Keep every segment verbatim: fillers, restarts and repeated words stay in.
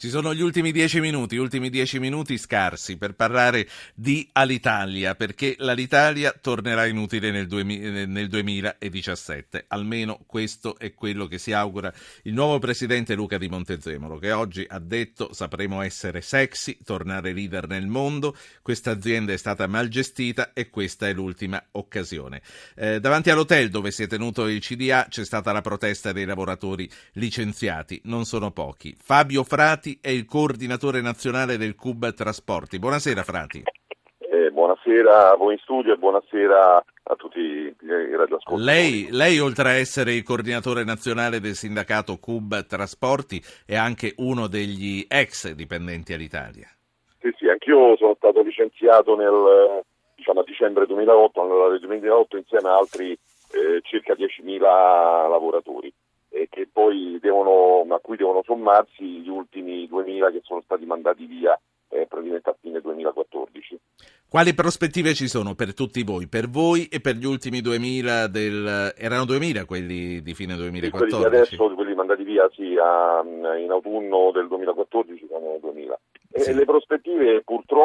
Ci sono gli ultimi dieci minuti, ultimi dieci minuti scarsi per parlare di Alitalia, perché l'Alitalia tornerà inutile nel, duemila, nel duemiladiciassette. Almeno questo è quello che si augura il nuovo presidente Luca di Montezemolo, che oggi ha detto: sapremo essere sexy, tornare leader nel mondo, questa azienda è stata mal gestita e questa è l'ultima occasione. Eh, davanti all'hotel dove si è tenuto il C D A c'è stata la protesta dei lavoratori licenziati, non sono pochi. Fabio Frati è il coordinatore nazionale del C U B Trasporti. Buonasera Frati. Eh, buonasera a voi in studio e buonasera a tutti i radioascoltatori. Lei, lei oltre a essere il coordinatore nazionale del sindacato C U B Trasporti è anche uno degli ex dipendenti Alitalia. Sì, sì, anch'io sono stato licenziato nel, diciamo, a dicembre duemilaotto, nell'anno duemilaotto insieme a altri eh, circa diecimila lavoratori, e che poi devono, a cui devono sommarsi gli ultimi duemila che sono stati mandati via eh, praticamente a fine duemilaquattordici. Quali prospettive ci sono per tutti voi, per voi e per gli ultimi duemila del... erano duemila quelli di fine duemilaquattordici? Sì, quelli adesso, quelli mandati via sì, a, in autunno del duemilaquattordici sono duemila. Sì. E le prospettive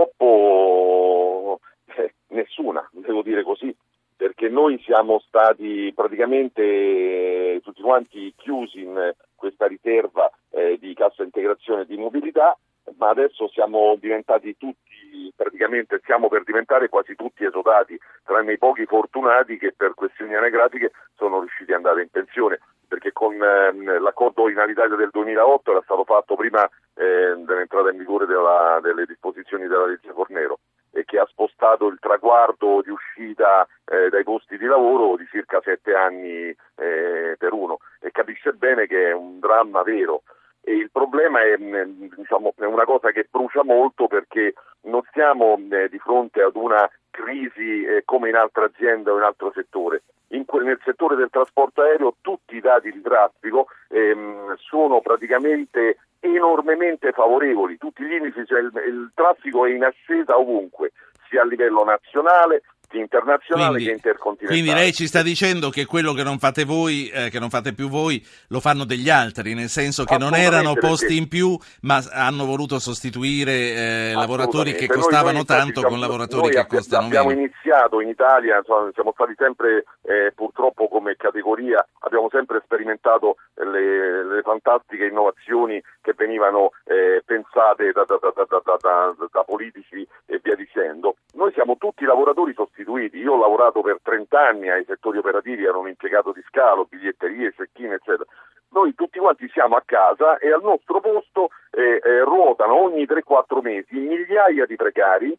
purtroppo eh, nessuna, devo dire così, perché noi siamo stati praticamente tutti quanti chiusi in questa riserva eh, di cassa integrazione e di mobilità, ma adesso siamo diventati tutti, praticamente stiamo per diventare quasi tutti esodati, tranne i pochi fortunati che per questioni anagrafiche sono riusciti ad andare in pensione, perché con ehm, l'accordo in Alitalia del duemilaotto era stato fatto prima eh, dell'entrata in vigore della, delle disposizioni della legge Fornero, e che ha spostato il traguardo di uscita eh, dai posti di lavoro di circa sette anni eh, per uno, e capisce bene che è un dramma vero. E il problema è, diciamo, è una cosa che brucia molto, perché non siamo eh, di fronte ad una crisi eh, come in altre aziende o in altro settore. In quel, nel settore del trasporto aereo tutti i dati di traffico ehm, sono praticamente enormemente favorevoli, tutti gli indici, cioè il, il traffico è in ascesa ovunque, sia a livello nazionale, internazionale quindi, che intercontinentale. Quindi lei ci sta dicendo che quello che non fate voi, eh, che non fate più voi, lo fanno degli altri, nel senso che non erano posti perché... in più, ma hanno voluto sostituire eh, lavoratori che costavano noi, noi tanto diciamo, con lavoratori che abbiamo, costano abbiamo meno. Abbiamo iniziato in Italia, insomma, siamo stati sempre, eh, purtroppo come categoria, abbiamo sempre sperimentato le, le fantastiche innovazioni che venivano eh, pensate da, da, da, da, da, da, da politici e via dicendo. Noi siamo tutti lavoratori sostituiti. Io ho lavorato per trenta anni ai settori operativi, ero un impiegato di scalo, biglietterie, check-in, eccetera. Noi tutti quanti siamo a casa e al nostro posto eh, eh, ruotano ogni tre quattro mesi migliaia di precari,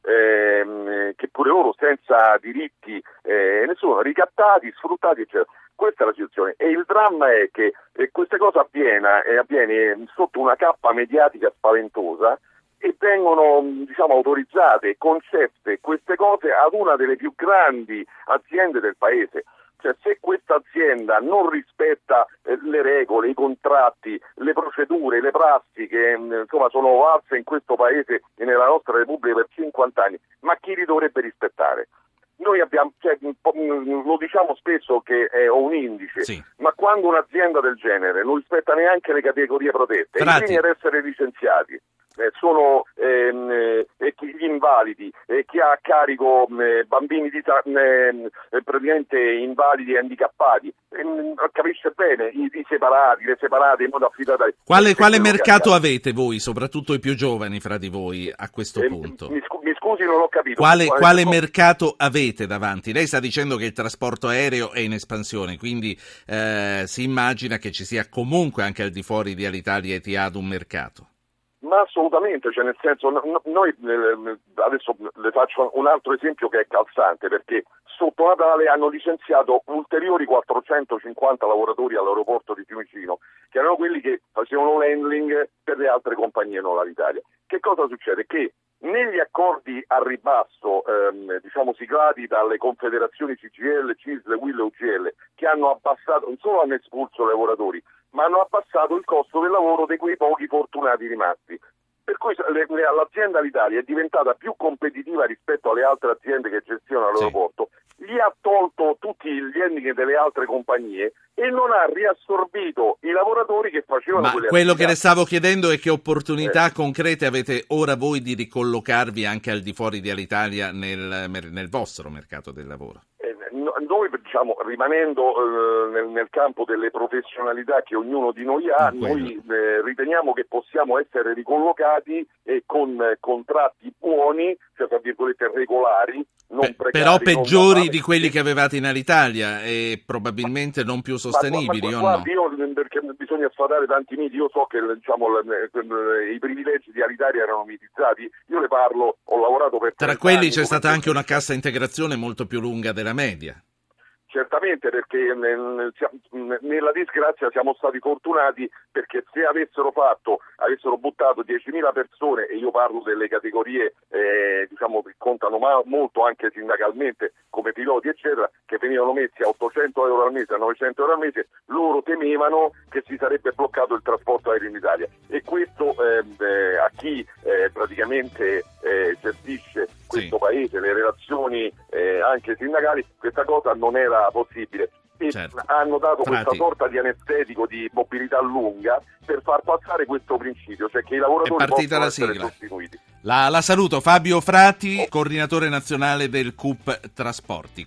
ehm, che pure loro senza diritti eh, ne sono ricattati, sfruttati, eccetera. Questa è la situazione, e il dramma è che eh, questa cosa avviene, eh, avviene sotto una cappa mediatica spaventosa, e vengono, diciamo, autorizzate, concesse queste cose ad una delle più grandi aziende del paese. Cioè, se questa azienda non rispetta eh, le regole, i contratti, le procedure, le prassi che insomma sono valse in questo paese e nella nostra Repubblica per cinquanta anni, ma chi li dovrebbe rispettare? Noi abbiamo, cioè, lo diciamo spesso che è un indice, sì. Ma quando un'azienda del genere non rispetta neanche le categorie protette, i primi ad essere licenziati Eh, sono ehm, eh, gli invalidi, eh, chi ha a carico eh, bambini di, eh, praticamente invalidi e handicappati, eh, capisce bene, i, i separati, le separate in modo affidatario. Quale, quale mercato che... avete voi, soprattutto i più giovani fra di voi a questo eh, punto? Mi, scu- mi scusi, non ho capito. Quale, quale, quale quale mercato avete davanti? Lei sta dicendo che il trasporto aereo è in espansione, quindi eh, si immagina che ci sia comunque anche al di fuori di Alitalia e Etihad un mercato. Ma assolutamente, cioè nel senso, no, noi eh, adesso le faccio un altro esempio che è calzante, perché sotto Natale hanno licenziato ulteriori quattrocentocinquanta lavoratori all'aeroporto di Fiumicino, che erano quelli che facevano l'handling per le altre compagnie, non l'Alitalia. Che cosa succede? Che negli accordi a ribasso, ehm, diciamo siglati dalle confederazioni C G I L, C I S L, U I L e U G L, che hanno abbassato, non solo hanno espulso i lavoratori, ma hanno abbassato il costo del lavoro di quei pochi fortunati rimasti. Per cui le, le, l'azienda Alitalia è diventata più competitiva rispetto alle altre aziende che gestionano l'aeroporto, sì. Gli ha tolto tutti gli handicap delle altre compagnie e non ha riassorbito i lavoratori che facevano Ma quelle quello attività. che le stavo chiedendo è che opportunità eh. concrete avete ora voi di ricollocarvi anche al di fuori di Alitalia nel, nel vostro mercato del lavoro? Noi, diciamo, rimanendo eh, nel, nel campo delle professionalità che ognuno di noi ha, mm, noi eh, riteniamo che possiamo essere ricollocati e con eh, contratti buoni, cioè tra virgolette regolari, non Beh, precari, però peggiori non di quelli che avevate in Alitalia e probabilmente non più sostenibili, ma, ma, o guardi, no? Io, perché bisogna sfatare tanti miti, io so che diciamo, le, le, i privilegi di Alitalia erano mitizzati, io le parlo, ho lavorato per Tra quelli c'è stata anche una cassa integrazione molto più lunga della media. Certamente, perché nel, nella disgrazia siamo stati fortunati, perché se avessero fatto, avessero buttato diecimila persone, e io parlo delle categorie eh, diciamo che contano ma, molto anche sindacalmente come piloti eccetera, che venivano messi a ottocento euro al mese, a novecento euro al mese, loro temevano che si sarebbe bloccato il trasporto aereo in Italia, e questo eh, eh, a chi eh, praticamente eh, gestisce questo sì. paese, le relazioni eh, anche sindacali, questa cosa non era possibile, e certo. hanno dato Frati. questa sorta di anestetico di mobilità lunga per far passare questo principio, cioè che i lavoratori possono essere sostituiti. La, la saluto, Fabio Frati, oh. coordinatore nazionale del C U P Trasporti.